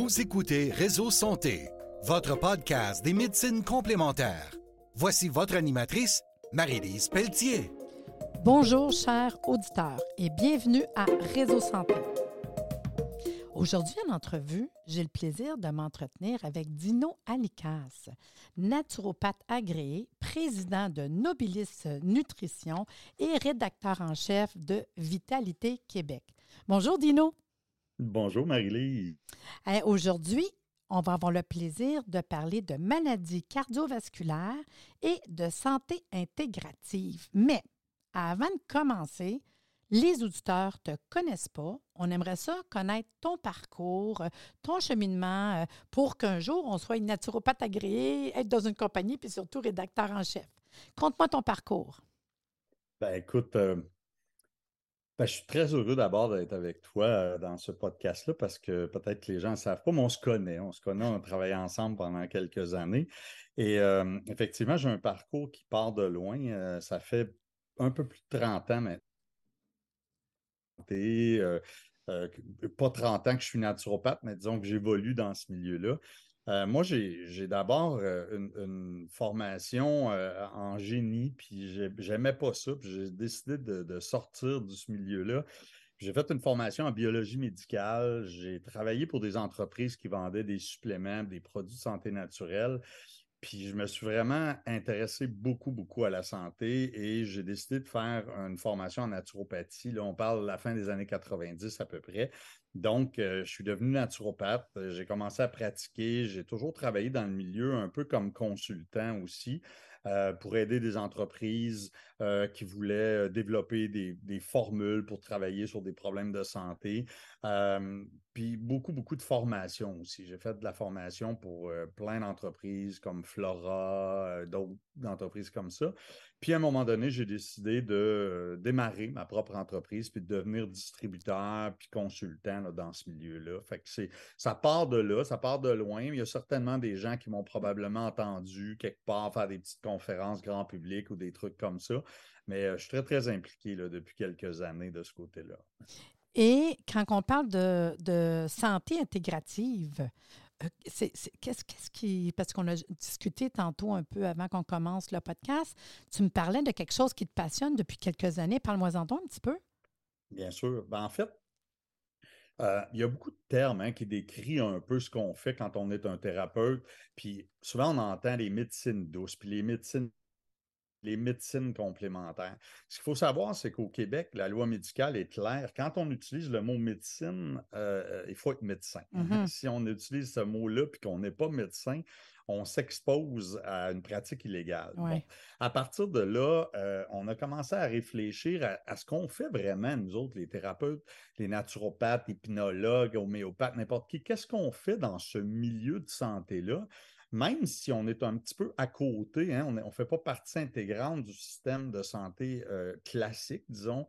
Vous écoutez Réseau Santé, votre podcast des médecines complémentaires. Voici votre animatrice, Marie-Lise Pelletier. Bonjour, chers auditeurs, et bienvenue à Réseau Santé. Aujourd'hui, en entrevue, j'ai le plaisir de m'entretenir avec Dino Alicas, naturopathe agréé, président de Nobilis Nutrition et rédacteur en chef de Vitalité Québec. Bonjour, Dino. Bonjour, Marie-Lise. Aujourd'hui, on va avoir le plaisir de parler de maladies cardiovasculaires et de santé intégrative. Mais avant de commencer, les auditeurs ne te connaissent pas. On aimerait ça connaître ton parcours, ton cheminement pour qu'un jour, on soit une naturopathe agréée, être dans une compagnie, puis surtout rédacteur en chef. Conte-moi ton parcours. Écoute, je suis très heureux d'abord d'être avec toi dans ce podcast-là parce que peut-être que les gens ne savent pas, mais on se connaît. On a travaillé ensemble pendant quelques années. Et effectivement, j'ai un parcours qui part de loin. Ça fait un peu plus de 30 ans maintenant. Pas 30 ans que je suis naturopathe, mais disons que j'évolue dans ce milieu-là. Moi, j'ai d'abord une formation en génie, puis j'aimais pas ça, puis j'ai décidé de sortir de ce milieu-là. J'ai fait une formation en biologie médicale. J'ai travaillé pour des entreprises qui vendaient des suppléments, des produits de santé naturelle. Puis je me suis vraiment intéressé beaucoup à la santé et j'ai décidé de faire une formation en naturopathie. Là, on parle de la fin des années 90 à peu près. Donc, je suis devenu naturopathe. J'ai commencé à pratiquer. J'ai toujours travaillé dans le milieu un peu comme consultant aussi pour aider des entreprises qui voulaient développer des formules pour travailler sur des problèmes de santé. Puis beaucoup de formation aussi. J'ai fait de la formation pour plein d'entreprises comme Flora, d'autres entreprises comme ça. Puis à un moment donné, j'ai décidé de démarrer ma propre entreprise puis de devenir distributeur puis consultant là, dans ce milieu-là. Fait que ça part de là, ça part de loin. Il y a certainement des gens qui m'ont probablement entendu quelque part faire des petites conférences grand public ou des trucs comme ça. Mais je suis très impliqué là, depuis quelques années de ce côté-là. Et quand on parle de santé intégrative, qu'est-ce qui... Parce qu'on a discuté tantôt un peu avant qu'on commence le podcast, tu me parlais de quelque chose qui te passionne depuis quelques années. Parle-moi-en un petit peu. Bien sûr. En fait, il y a beaucoup de termes qui décrivent un peu ce qu'on fait quand on est un thérapeute. Puis souvent, on entend les médecines douces, puis les médecines complémentaires. Ce qu'il faut savoir, c'est qu'au Québec, la loi médicale est claire. Quand on utilise le mot médecine, il faut être médecin. Mm-hmm. Si on utilise ce mot-là puis qu'on n'est pas médecin, on s'expose à une pratique illégale. Ouais. Bon, à partir de là, on a commencé à réfléchir à ce qu'on fait vraiment, nous autres, les thérapeutes, les naturopathes, épidémiologues, homéopathes, n'importe qui. Qu'est-ce qu'on fait dans ce milieu de santé-là? Même si on est un petit peu à côté, on ne fait pas partie intégrante du système de santé classique, disons,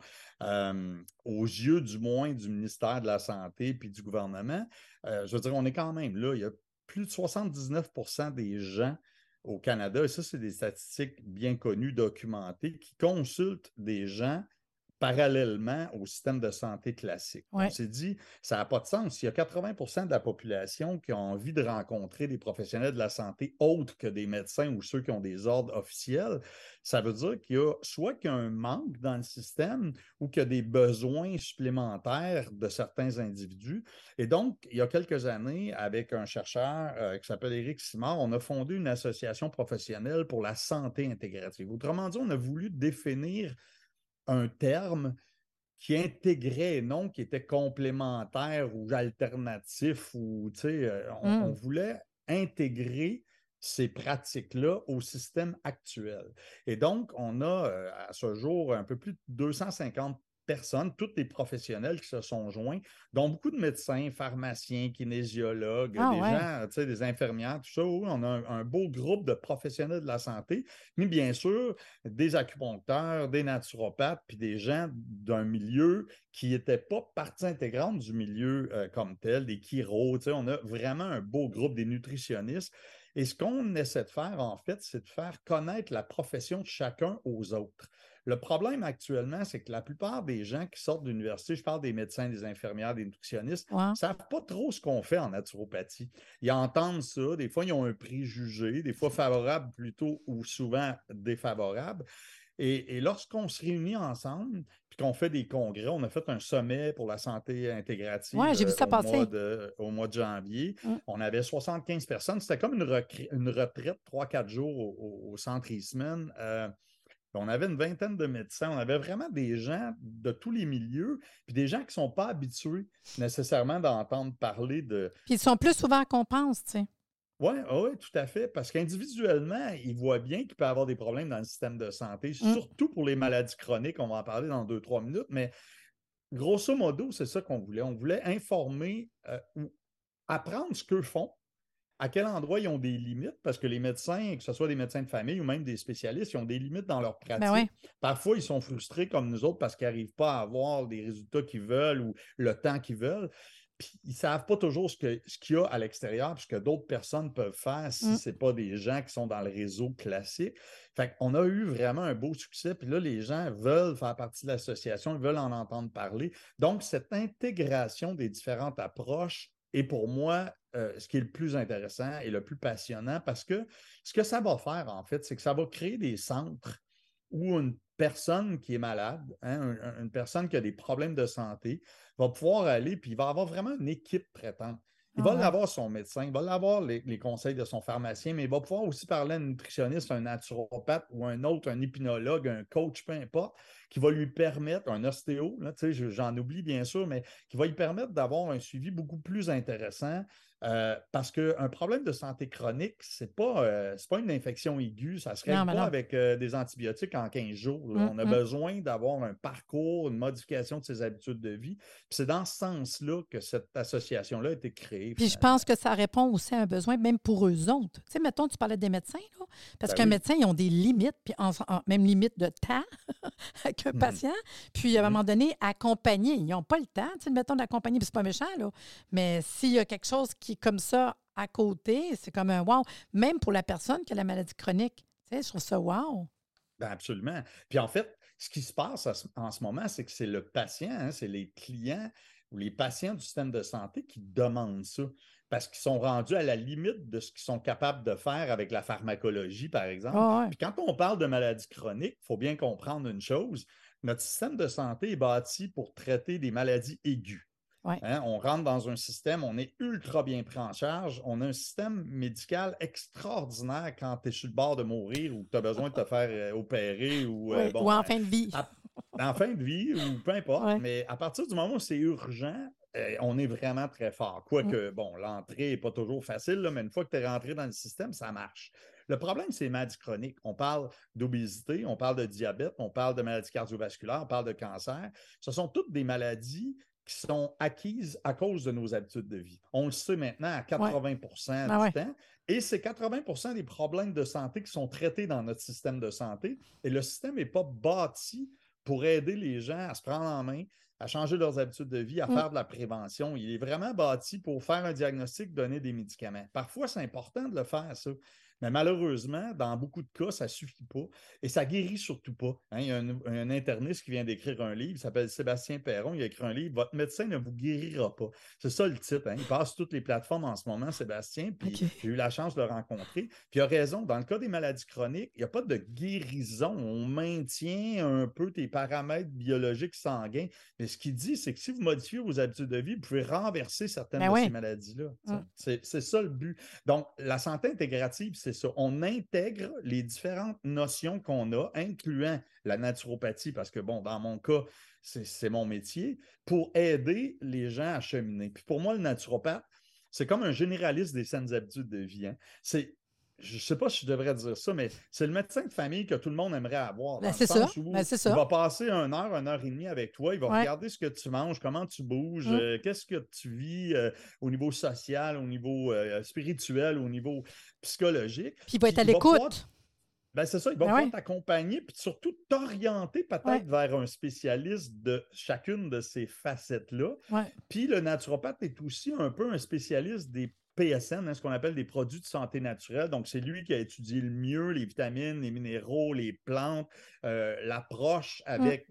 aux yeux du moins du ministère de la Santé puis du gouvernement, je veux dire, on est quand même là. Il y a plus de 79% des gens au Canada, et ça, c'est des statistiques bien connues, documentées, qui consultent des gens parallèlement au système de santé classique. Ouais. On s'est dit, ça n'a pas de sens. Il y a 80% de la population qui a envie de rencontrer des professionnels de la santé autres que des médecins ou ceux qui ont des ordres officiels. Ça veut dire qu'il y a un manque dans le système ou qu'il y a des besoins supplémentaires de certains individus. Et donc, il y a quelques années, avec un chercheur qui s'appelle Éric Simard, on a fondé une association professionnelle pour la santé intégrative. Autrement dit, on a voulu définir un terme qui intégrait et non qui était complémentaire ou alternatif ou, on voulait intégrer ces pratiques-là au système actuel. Et donc, on a à ce jour un peu plus de 250 personnes, tous les professionnels qui se sont joints, dont beaucoup de médecins, pharmaciens, kinésiologues, gens, des infirmières, tout ça. Oui, on a un beau groupe de professionnels de la santé, mais bien sûr, des acupuncteurs, des naturopathes, puis des gens d'un milieu qui n'étaient pas partie intégrante du milieu comme tel, des chiro. On a vraiment un beau groupe, des nutritionnistes. Et ce qu'on essaie de faire, en fait, c'est de faire connaître la profession de chacun aux autres. Le problème actuellement, c'est que la plupart des gens qui sortent de l'université, je parle des médecins, des infirmières, des nutritionnistes, Ouais. ne savent pas trop ce qu'on fait en naturopathie. Ils entendent ça, des fois, ils ont un préjugé, des fois favorable plutôt ou souvent défavorable. Et lorsqu'on se réunit ensemble, puis qu'on fait des congrès, on a fait un sommet pour la santé intégrative Ouais, j'ai vu ça passer. au mois de janvier. Mm. On avait 75 personnes. C'était comme une retraite 3-4 jours au centre Eastman. On avait une vingtaine de médecins. On avait vraiment des gens de tous les milieux, puis des gens qui ne sont pas habitués nécessairement d'entendre parler de. Puis ils sont plus souvent qu'on pense, tu sais. Oui, ouais, tout à fait. Parce qu'individuellement, ils voient bien qu'il peut y avoir des problèmes dans le système de santé, surtout pour les maladies chroniques. On va en parler dans 2-3 minutes. Mais grosso modo, c'est ça qu'on voulait. On voulait informer ou apprendre ce qu'eux font, à quel endroit ils ont des limites, parce que les médecins, que ce soit des médecins de famille ou même des spécialistes, ils ont des limites dans leur pratique. Ben ouais. Parfois, ils sont frustrés comme nous autres parce qu'ils n'arrivent pas à avoir les résultats qu'ils veulent ou le temps qu'ils veulent. Puis ils ne savent pas toujours ce qu'il y a à l'extérieur, puis ce que d'autres personnes peuvent faire si ce n'est pas des gens qui sont dans le réseau classique. Fait qu'on a eu vraiment un beau succès. Puis là, les gens veulent faire partie de l'association, ils veulent en entendre parler. Donc, cette intégration des différentes approches est pour moi ce qui est le plus intéressant et le plus passionnant parce que ce que ça va faire, en fait, c'est que ça va créer des centres où une personne qui est malade, hein, une personne qui a des problèmes de santé, va pouvoir aller, puis il va avoir vraiment une équipe traitante. Il va l'avoir son médecin, il va l'avoir les conseils de son pharmacien, mais il va pouvoir aussi parler à un nutritionniste, un naturopathe ou un autre, un hypnologue, un coach, peu importe, qui va lui permettre, un ostéo, là, j'en oublie bien sûr, mais qui va lui permettre d'avoir un suivi beaucoup plus intéressant. Parce qu'un problème de santé chronique, c'est pas une infection aiguë, ça ne se règle pas avec des antibiotiques en 15 jours. On a besoin d'avoir un parcours, une modification de ses habitudes de vie. Puis c'est dans ce sens-là que cette association-là a été créée. Puis je pense que ça répond aussi à un besoin, même pour eux autres. Tu sais, mettons, tu parlais des médecins, là, parce qu'un médecin, ils ont des limites, puis même limite de temps avec un patient. Puis à un moment donné, accompagner, ils n'ont pas le temps, tu sais, mettons, d'accompagner, puis c'est pas méchant, là. Mais s'il y a quelque chose qui est comme ça à côté, c'est comme un wow. Même pour la personne qui a la maladie chronique, tu sais, je trouve ça wow. Ben absolument. Puis en fait, ce qui se passe en ce moment, c'est que c'est le patient, hein, c'est les clients ou les patients du système de santé qui demandent ça parce qu'ils sont rendus à la limite de ce qu'ils sont capables de faire avec la pharmacologie, par exemple. Puis quand on parle de maladies chroniques, il faut bien comprendre une chose, notre système de santé est bâti pour traiter des maladies aiguës. Hein, on rentre dans un système, on est ultra bien pris en charge. On a un système médical extraordinaire quand tu es sur le bord de mourir ou que tu as besoin de te faire opérer ou, ou en fin de vie. En fin de vie ou peu importe. Mais à partir du moment où c'est urgent, on est vraiment très fort. Quoique, bon, l'entrée n'est pas toujours facile, là, mais une fois que tu es rentré dans le système, ça marche. Le problème, c'est les maladies chroniques. On parle d'obésité, on parle de diabète, on parle de maladies cardiovasculaires, on parle de cancer. Ce sont toutes des maladies qui sont acquises à cause de nos habitudes de vie. On le sait maintenant à 80 du temps. Et c'est 80 des problèmes de santé qui sont traités dans notre système de santé. Et le système n'est pas bâti pour aider les gens à se prendre en main, à changer leurs habitudes de vie, à faire de la prévention. Il est vraiment bâti pour faire un diagnostic, donner des médicaments. Parfois, c'est important de le faire, ça. Mais malheureusement, dans beaucoup de cas, ça ne suffit pas. Et ça ne guérit surtout pas. Hein, il y a un interniste qui vient d'écrire un livre, il s'appelle Sébastien Perron, il a écrit un livre, « Votre médecin ne vous guérira pas ». C'est ça le titre. Hein. Il passe sur toutes les plateformes en ce moment, Sébastien, puis j'ai eu la chance de le rencontrer. Puis il a raison, dans le cas des maladies chroniques, il n'y a pas de guérison. On maintient un peu tes paramètres biologiques sanguins. Mais ce qu'il dit, c'est que si vous modifiez vos habitudes de vie, vous pouvez renverser certaines de ces maladies-là. C'est ça le but. Donc, la santé intégrative, c'est ça. On intègre les différentes notions qu'on a, incluant la naturopathie, parce que, bon, dans mon cas, c'est mon métier, pour aider les gens à cheminer. Puis pour moi, le naturopathe, c'est comme un généraliste des saines habitudes de vie. Hein. Je ne sais pas si je devrais dire ça, mais c'est le médecin de famille que tout le monde aimerait avoir. C'est ça. Il va passer 1 heure, 1 heure et demie avec toi. Il va regarder ce que tu manges, comment tu bouges, qu'est-ce que tu vis au niveau social, au niveau spirituel, au niveau psychologique. Puis il va être à l'écoute. C'est ça, il va pouvoir t'accompagner puis surtout t'orienter peut-être vers un spécialiste de chacune de ces facettes-là. Puis le naturopathe est aussi un peu un spécialiste des PSN, ce qu'on appelle des produits de santé naturelle. Donc, c'est lui qui a étudié le mieux les vitamines, les minéraux, les plantes, l'approche avec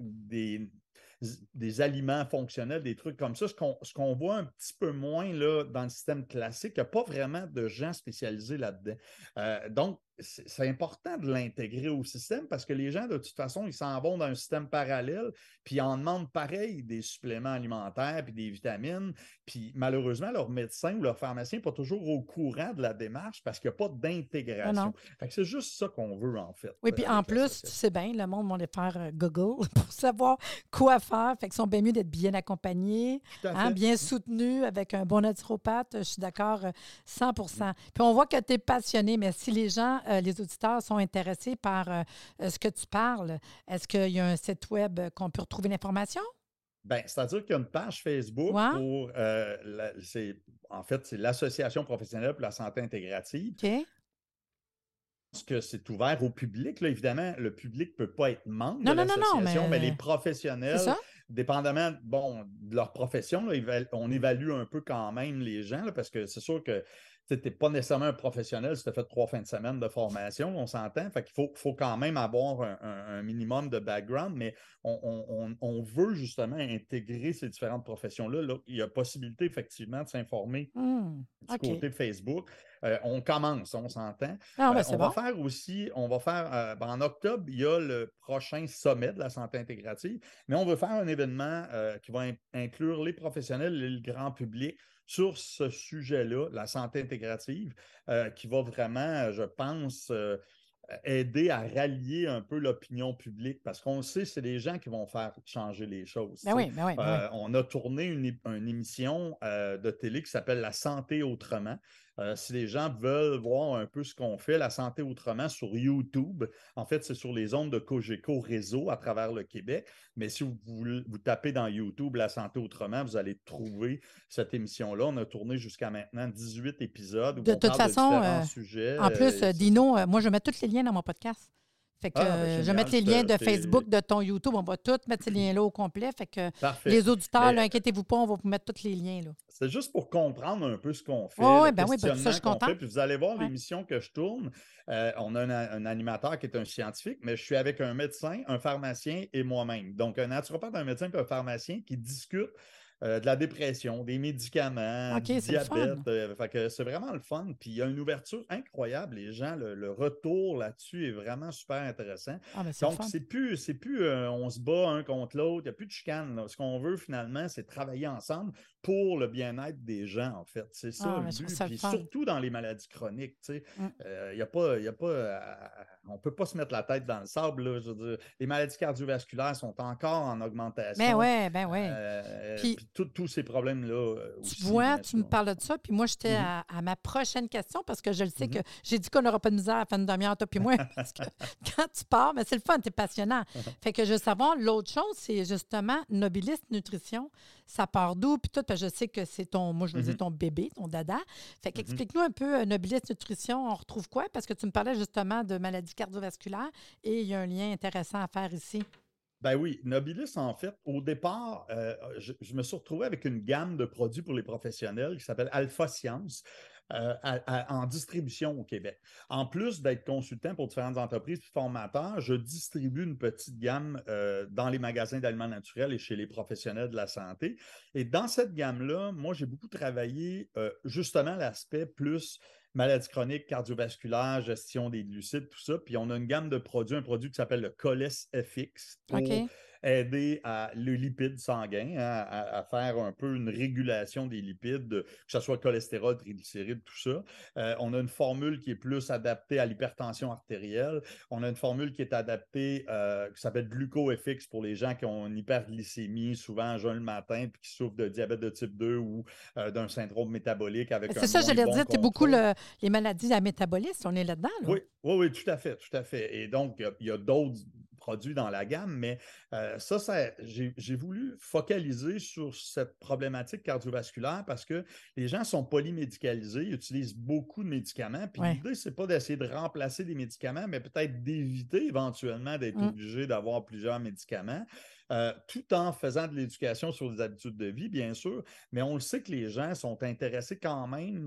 des aliments fonctionnels, des trucs comme ça. Ce qu'on voit un petit peu moins là, dans le système classique, il n'y a pas vraiment de gens spécialisés là-dedans. Donc, c'est important de l'intégrer au système parce que les gens, de toute façon, ils s'en vont dans un système parallèle, puis ils en demandent pareil des suppléments alimentaires, puis des vitamines. Puis malheureusement, leur médecin ou leur pharmacien n'est pas toujours au courant de la démarche parce qu'il n'y a pas d'intégration. Fait que c'est juste ça qu'on veut, en fait. Oui, puis en plus, tu sais bien, le monde va aller faire Google pour savoir quoi faire. Fait qu'ils sont bien mieux d'être bien accompagnés, bien soutenus avec un bon naturopathe. Je suis d'accord 100 Puis on voit que tu es passionné, mais si les gens, les auditeurs sont intéressés par ce que tu parles, est-ce qu'il y a un site web qu'on peut retrouver l'information? Bien, c'est-à-dire qu'il y a une page Facebook pour, en fait, c'est l'Association professionnelle pour la santé intégrative. OK. Que c'est ouvert au public. Là, évidemment, le public ne peut pas être membre de l'association, mais les professionnels, dépendamment de leur profession, là, on évalue un peu quand même les gens, là, parce que c'est sûr que tu n'es pas nécessairement un professionnel si tu as fait 3 fins de semaine de formation, on s'entend. Fait qu'il faut quand même avoir un minimum de background, mais on veut justement intégrer ces différentes professions-là. Là, il y a possibilité, effectivement, de s'informer du côté Facebook. On commence, on s'entend. Va faire aussi, en octobre, il y a le prochain sommet de la santé intégrative, mais on veut faire un événement qui va inclure les professionnels et le grand public sur ce sujet-là, la santé intégrative, qui va vraiment, je pense, aider à rallier un peu l'opinion publique parce qu'on le sait, c'est les gens qui vont faire changer les choses. On a tourné une émission de télé qui s'appelle La santé autrement. Si les gens veulent voir un peu ce qu'on fait, La santé autrement sur YouTube, en fait, c'est sur les ondes de Cogeco Réseau à travers le Québec. Mais si vous tapez dans YouTube La santé autrement, vous allez trouver cette émission-là. On a tourné jusqu'à maintenant 18 épisodes où on parle de différents sujets. En plus, Dino, moi, je mets tous les liens dans mon podcast. Fait que je vais mettre les liens de Facebook, de ton YouTube. On va tous mettre ces liens-là au complet. Fait que les auditeurs, inquiétez-vous pas, on va vous mettre tous les liens. Là. C'est juste pour comprendre un peu ce qu'on fait. Oui, ça, je suis contente. Puis vous allez voir l'émission que je tourne. On a un animateur qui est un scientifique, mais je suis avec un médecin, un pharmacien et moi-même. Donc, un naturopathe, un médecin et un pharmacien qui discutent de la dépression, des médicaments, du diabète. Fait que c'est vraiment le fun. Puis il y a une ouverture incroyable. Les gens, le retour là-dessus est vraiment super intéressant. Donc, c'est plus on se bat un contre l'autre. Il n'y a plus de chicane. Là. Ce qu'on veut finalement, c'est travailler ensemble pour le bien-être des gens, en fait. C'est ça le but. Puis surtout dans les maladies chroniques. Il y a pas on ne peut pas se mettre la tête dans le sable. Là, je veux dire, les maladies cardiovasculaires sont encore en augmentation. Ben oui. Puis tous ces problèmes-là aussi. Tu vois, tu me parles de ça, puis moi, j'étais à ma prochaine question parce que je le sais que j'ai dit qu'on n'aura pas de misère à faire une demi-heure, toi puis moi, parce que quand tu pars, mais c'est le fun, c'est passionnant. Fait que je veux savoir, l'autre chose, c'est justement Nobilis Nutrition. Ça part d'où? Puis tout, parce que je sais que c'est ton bébé, ton dada. Fait qu'explique-nous un peu Nobilis Nutrition, on retrouve quoi? Parce que tu me parlais justement de maladies cardiovasculaires et il y a un lien intéressant à faire ici. Ben oui, Nobilis, en fait, au départ, je me suis retrouvé avec une gamme de produits pour les professionnels qui s'appelle Alpha Science. En distribution au Québec. En plus d'être consultant pour différentes entreprises et formateur, je distribue une petite gamme dans les magasins d'aliments naturels et chez les professionnels de la santé. Et dans cette gamme-là, moi, j'ai beaucoup travaillé justement l'aspect plus maladies chroniques, cardiovasculaires, gestion des glucides, tout ça. Puis on a une gamme de produits, un produit qui s'appelle le Coles FX pour aider le lipide sanguin, à faire un peu une régulation des lipides, que ce soit cholestérol, triglycérides, tout ça. On a une formule qui est plus adaptée à l'hypertension artérielle. On a une formule qui est adaptée, qui s'appelle GlucoFX pour les gens qui ont une hyperglycémie, souvent à jeun le matin, puis qui souffrent de diabète de type 2 ou d'un syndrome métabolique avec un C'est ça, j'allais dire, tu es beaucoup les maladies à métabolisme, on est là-dedans. Là. Oui, tout à fait. Et donc, il y a d'autres produits dans la gamme, mais j'ai voulu focaliser sur cette problématique cardiovasculaire parce que les gens sont polymédicalisés, ils utilisent beaucoup de médicaments, puis l'idée, c'est pas d'essayer de remplacer des médicaments, mais peut-être d'éviter éventuellement d'être obligé d'avoir plusieurs médicaments. Tout en faisant de l'éducation sur les habitudes de vie, bien sûr, mais on le sait que les gens sont intéressés quand même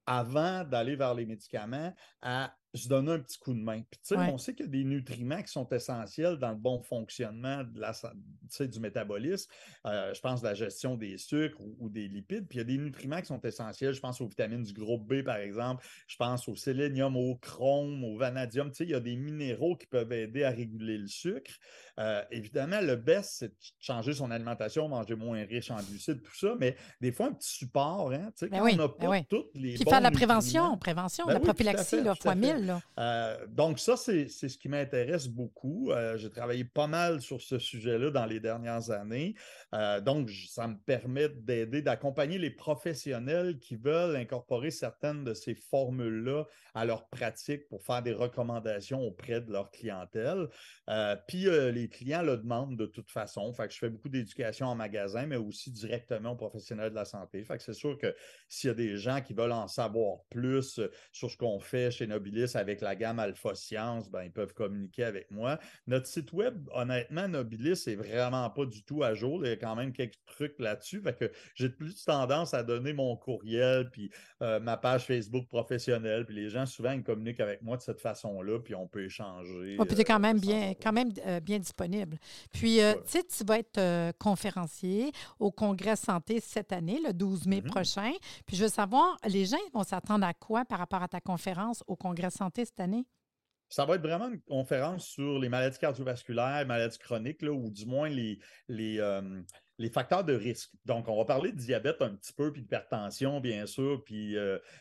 avant d'aller vers les médicaments, à se donner un petit coup de main. Puis, tu sais, Ouais. on sait qu'il y a des nutriments qui sont essentiels dans le bon fonctionnement du métabolisme. Je pense de la gestion des sucres ou des lipides. Puis, il y a des nutriments qui sont essentiels. Je pense aux vitamines du groupe B, par exemple. Je pense au sélénium, au chrome, au vanadium. Tu sais, il y a des minéraux qui peuvent aider à réguler le sucre. Évidemment, le best, c'est de changer son alimentation, manger moins riche en glucides, tout ça. Mais des fois, un petit support, hein, tu sais, Ben quand on oui, n'a ben pas oui. tous les Puis bons faire de la nutriments, prévention, ben la oui, tout à prophylaxie, fait, là, tout à fois fait. 1000, là. Donc, ça, c'est ce qui m'intéresse beaucoup. J'ai travaillé pas mal sur ce sujet-là dans les dernières années. Donc, ça me permet d'aider, d'accompagner les professionnels qui veulent incorporer certaines de ces formules-là à leur pratique pour faire des recommandations auprès de leur clientèle. Puis, les clients le demandent de toute façon. Fait que je fais beaucoup d'éducation en magasin, mais aussi directement aux professionnels de la santé. Fait que c'est sûr que s'il y a des gens qui veulent en savoir plus sur ce qu'on fait chez Nobilis avec la gamme Alpha Science, ben, ils peuvent communiquer avec moi. Notre site web, honnêtement, Nobilis n'est vraiment pas du tout à jour. Il y a quand même quelques trucs là-dessus. Fait que j'ai plus tendance à donner mon courriel puis ma page Facebook professionnelle. Puis les gens, souvent, ils communiquent avec moi de cette façon-là, puis on peut échanger Oh, puis tu es quand de même sans bien, problème. bien disponible. Puis, Ouais. tu sais, tu vas être conférencier au Congrès Santé cette année, le 12 mai prochain. Puis, je veux savoir, les gens vont s'attendre à quoi par rapport à ta conférence au Congrès Santé cette année? Ça va être vraiment une conférence sur les maladies cardiovasculaires, maladies chroniques, là, ou du moins les, euh, les facteurs de risque. Donc, on va parler de diabète un petit peu, puis d'hypertension, bien sûr, puis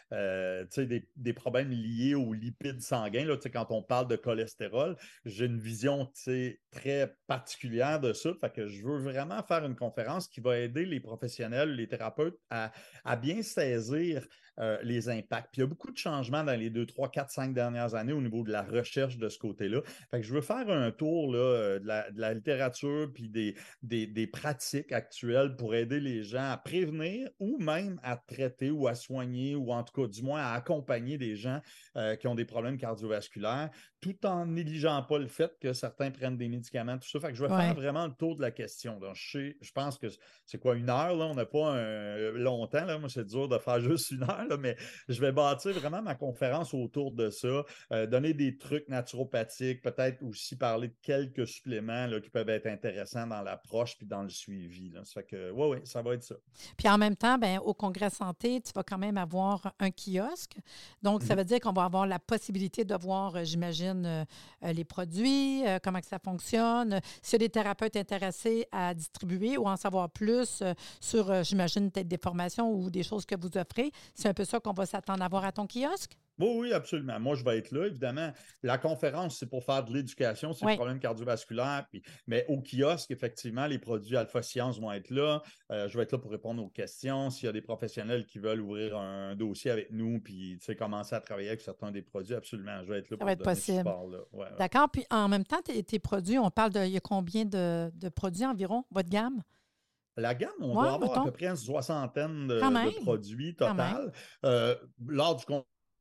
des problèmes liés aux lipides sanguins. Là, quand on parle de cholestérol, j'ai une vision très particulière de ça. Fait que je veux vraiment faire une conférence qui va aider les professionnels, les thérapeutes à bien saisir les impacts. Puis il y a beaucoup de changements dans les 2, 3, 4, 5 dernières années au niveau de la recherche de ce côté-là. Fait que je veux faire un tour là, de la littérature puis des pratiques actuelles pour aider les gens à prévenir ou même à traiter ou à soigner ou en tout cas du moins à accompagner des gens qui ont des problèmes cardiovasculaires tout en négligeant pas le fait que certains prennent des médicaments, tout ça. Fait que je vais faire Ouais. vraiment le tour de la question. Donc, je pense que c'est quoi, 1 heure, là? On n'a pas longtemps, là. Moi, c'est dur de faire juste 1 heure, là, mais je vais bâtir vraiment ma conférence autour de ça, donner des trucs naturopathiques, peut-être aussi parler de quelques suppléments là, qui peuvent être intéressants dans l'approche puis dans le suivi. Là. Ça fait que, oui, ça va être ça. Puis en même temps, ben, au Congrès Santé, tu vas quand même avoir un kiosque. Donc, ça veut dire qu'on va avoir la possibilité de voir, j'imagine, les produits, comment que ça fonctionne, s'il y a des thérapeutes intéressés à distribuer ou en savoir plus sur, j'imagine, peut-être des formations ou des choses que vous offrez. C'est un peu ça qu'on va s'attendre à voir à ton kiosque? Oui, oui, absolument. Moi, je vais être là, évidemment. La conférence, c'est pour faire de l'éducation sur les Oui. problèmes cardiovasculaires. Mais au kiosque, effectivement, les produits Alpha Science vont être là. Je vais être là pour répondre aux questions. S'il y a des professionnels qui veulent ouvrir un dossier avec nous puis commencer à travailler avec certains des produits, absolument. Je vais être là Ça va pour être donner ce possible. support-là. Ouais, ouais. D'accord. Puis en même temps, tes produits, on parle de, il y a combien de produits environ, votre gamme? La gamme, on Oui, doit avoir à mettons. peu près une soixantaine Quand de même. produits Quand même. total. Lors du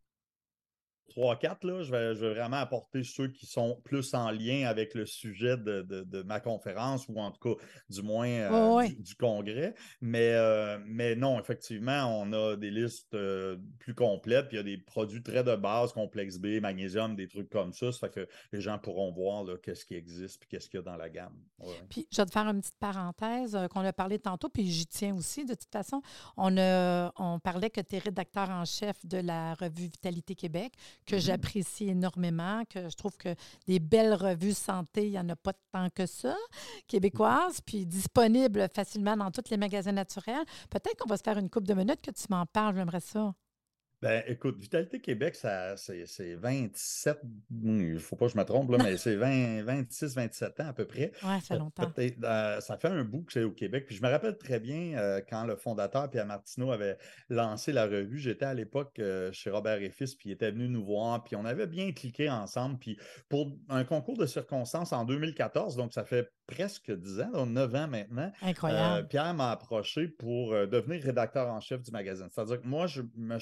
3, 4, là, je vais vraiment apporter ceux qui sont plus en lien avec le sujet de ma conférence ou en tout cas, du moins Oui, oui. du congrès. Mais non, effectivement, on a des listes plus complètes. Puis il y a des produits très de base, complexe B, magnésium, des trucs comme ça. Ça fait que les gens pourront voir là, qu'est-ce qui existe puis qu'est-ce qu'il y a dans la gamme. Ouais, ouais. Puis, je vais te faire une petite parenthèse qu'on a parlé tantôt, puis j'y tiens aussi. De toute façon, on parlait que tu es rédacteur en chef de la revue Vitalité Québec, que j'apprécie énormément, que je trouve que des belles revues santé, il n'y en a pas tant que ça, québécoises, puis disponibles facilement dans tous les magasins naturels. Peut-être qu'on va se faire une couple de minutes que tu m'en parles, j'aimerais ça. Ben, écoute, Vitalité Québec, c'est 27, il ne faut pas que je me trompe, là, mais c'est 26, 27 ans à peu près. Oui, ça fait longtemps. Ça fait un bout que c'est au Québec. Puis je me rappelle très bien quand le fondateur, Pierre Martineau, avait lancé la revue. J'étais à l'époque chez Robert et Fils, puis il était venu nous voir, puis on avait bien cliqué ensemble. Puis pour un concours de circonstances en 2014, donc ça fait presque 10 ans, donc 9 ans maintenant, Incroyable. Pierre m'a approché pour devenir rédacteur en chef du magazine. C'est-à-dire que moi, je me charge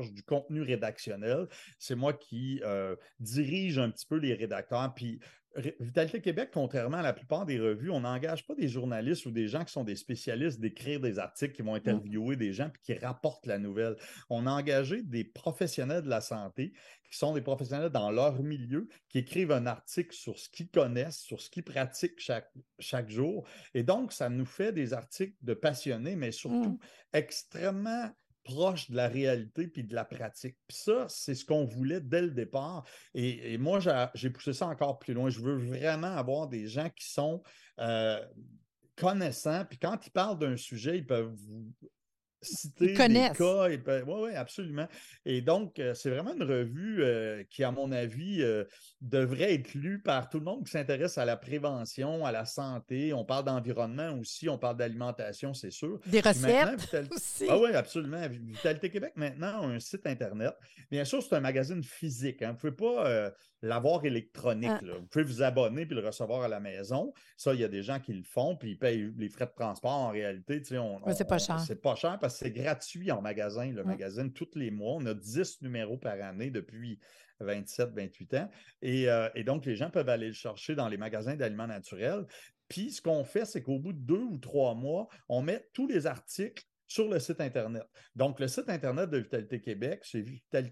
charge du contenu rédactionnel. C'est moi qui dirige un petit peu les rédacteurs. Puis Vitalité Québec, contrairement à la plupart des revues, on n'engage pas des journalistes ou des gens qui sont des spécialistes d'écrire des articles, qui vont interviewer des gens puis qui rapportent la nouvelle. On a engagé des professionnels de la santé qui sont des professionnels dans leur milieu, qui écrivent un article sur ce qu'ils connaissent, sur ce qu'ils pratiquent chaque jour. Et donc, ça nous fait des articles de passionnés, mais surtout extrêmement proche de la réalité puis de la pratique. Puis ça, c'est ce qu'on voulait dès le départ. Et moi, j'ai poussé ça encore plus loin. Je veux vraiment avoir des gens qui sont connaissants. Puis quand ils parlent d'un sujet, ils peuvent vous citer des cas. Oui, absolument. Et donc, c'est vraiment une revue qui, à mon avis, devrait être lue par tout le monde qui s'intéresse à la prévention, à la santé. On parle d'environnement aussi, on parle d'alimentation, c'est sûr. Des recettes aussi. Ah oui, absolument. Vitalité Québec, maintenant, a un site Internet. Bien sûr, c'est un magazine physique. Hein. Vous ne pouvez pas l'avoir électronique. Là. Vous pouvez vous abonner puis le recevoir à la maison. Ça, il y a des gens qui le font puis ils payent les frais de transport en réalité. C'est pas cher. C'est pas cher parce que c'est gratuit en magasin, le magazine, tous les mois. On a 10 numéros par année depuis 27, 28 ans. Et donc, les gens peuvent aller le chercher dans les magasins d'aliments naturels. Puis, ce qu'on fait, c'est qu'au bout de 2 ou 3 mois, on met tous les articles sur le site Internet. Donc, le site Internet de Vitalité Québec, c'est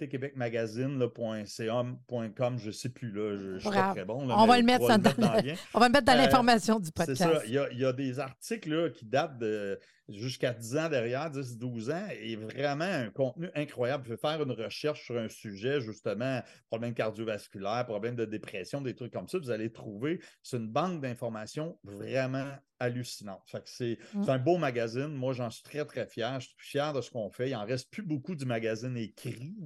vitalitéquebecmagazine.ca.com, je ne sais plus, là, je ne suis pas très bon. Là, on va le mettre dans l'information du podcast. C'est ça. Il y a des articles là, qui datent de jusqu'à 10 ans derrière, 10-12 ans, et vraiment un contenu incroyable. Vous pouvez faire une recherche sur un sujet, justement, problème cardiovasculaire, problème de dépression, des trucs comme ça, vous allez trouver, c'est une banque d'informations vraiment hallucinante. Fait que c'est un beau magazine. Moi, j'en suis très, très fier. Je suis fier de ce qu'on fait. Il n'en reste plus beaucoup du magazine écrit.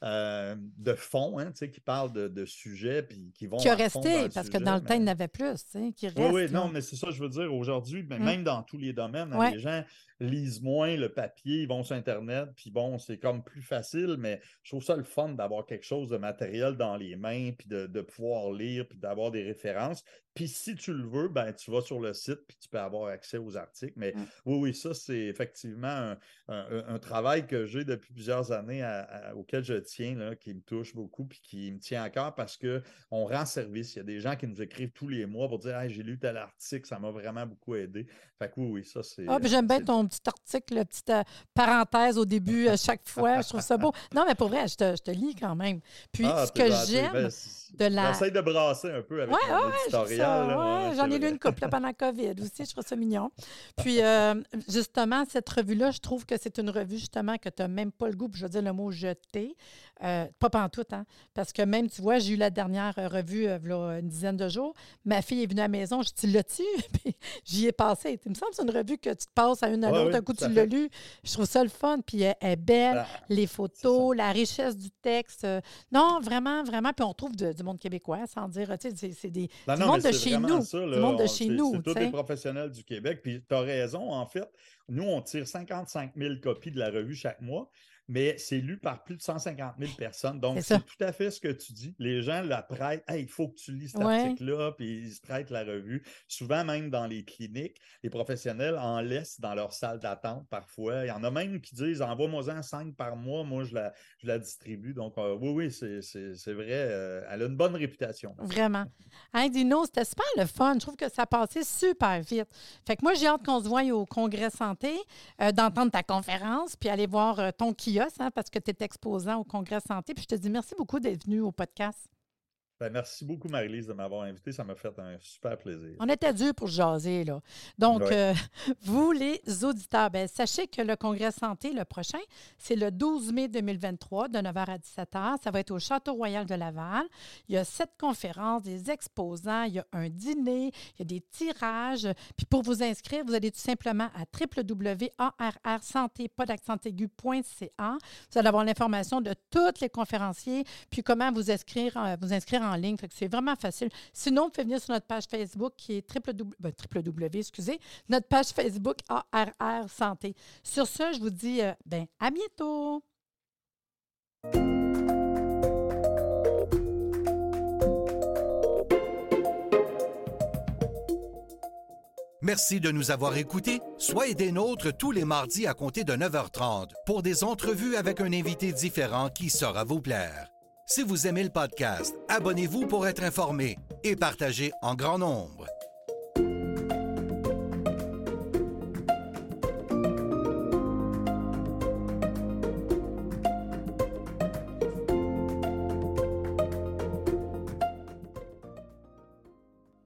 De fond, hein, qui parlent de sujets puis qui vont. Qui a resté, parce que dans le temps, il y en avait plus, qui reste. Oui, non, mais c'est ça, je veux dire, aujourd'hui, même dans tous les domaines, hein, les gens lisent moins le papier, ils vont sur Internet, puis bon, c'est comme plus facile, mais je trouve ça le fun d'avoir quelque chose de matériel dans les mains, puis de pouvoir lire, puis d'avoir des références. Puis si tu le veux, ben tu vas sur le site, puis tu peux avoir accès aux articles. Mais oui, ça, c'est effectivement un travail que j'ai depuis plusieurs années auquel je tiens, là, qui me touche beaucoup, puis qui me tient à cœur parce qu'on rend service. Il y a des gens qui nous écrivent tous les mois pour dire hey, j'ai lu tel article, ça m'a vraiment beaucoup aidé. Fait que oui, ça, c'est. Ah, puis j'aime bien ton petit article, la petite parenthèse au début, à chaque fois. Je trouve ça beau. Non, mais pour vrai, je te lis quand même. Puis, ce que j'aime de la. J'essaie de brasser un peu avec mon éditorial. J'en ai lu une couple pendant la COVID aussi. Je trouve ça mignon. Puis, justement, cette revue-là, je trouve que c'est une revue, justement, que tu n'as même pas le goût, puis je veux dire le mot jeter. Pas pantoute, hein? Parce que même, tu vois, j'ai eu la dernière revue il y a une dizaine de jours. Ma fille est venue à la maison, je dis, l'as-tu? Puis j'y ai passé. Il me semble que c'est une revue que tu te passes à une à l'autre. Un coup, tu l'as lu. Je trouve ça le fun. Puis elle est belle, les photos, la richesse du texte. Non, vraiment, vraiment. Puis on trouve du monde québécois, sans dire, tu sais, c'est du monde de chez nous. Du monde de chez nous. C'est tous les professionnels du Québec. Puis tu as raison, en fait. Nous, on tire 55 000 copies de la revue chaque mois. Mais c'est lu par plus de 150 000 personnes. Donc, c'est tout à fait ce que tu dis. Les gens la prêtent. Hey, il faut que tu lis cet article-là, puis ils se prêtent la revue. Souvent, même dans les cliniques, les professionnels en laissent dans leur salle d'attente parfois. Il y en a même qui disent envoie-moi-en 5 par mois. Moi, je la distribue. Donc, oui, c'est vrai. Elle a une bonne réputation. Vraiment. Hein, Dino, c'était super le fun. Je trouve que ça passait super vite. Fait que moi, j'ai hâte qu'on se voie au Congrès Santé, d'entendre ta conférence, puis aller voir ton kiosque. Parce que tu es exposant au Congrès Santé. Puis je te dis merci beaucoup d'être venu au podcast. Ben, merci beaucoup, Marie-Lise, de m'avoir invité. Ça m'a fait un super plaisir. On était dû pour jaser, là. Donc, vous, les auditeurs, sachez que le Congrès Santé, le prochain, c'est le 12 mai 2023, de 9h à 17h. Ça va être au Château Royal de Laval. Il y a 7 conférences, des exposants, il y a un dîner, il y a des tirages. Puis pour vous inscrire, vous allez tout simplement à www.arrsanté.ca. Vous allez avoir l'information de tous les conférenciers, puis comment vous inscrire en ligne. Fait que c'est vraiment facile. Sinon, vous pouvez venir sur notre page Facebook qui est notre page Facebook ARR Santé. Sur ce, je vous dis à bientôt! Merci de nous avoir écoutés. Soyez des nôtres tous les mardis à compter de 9h30 pour des entrevues avec un invité différent qui saura vous plaire. Si vous aimez le podcast, abonnez-vous pour être informé et partagez en grand nombre.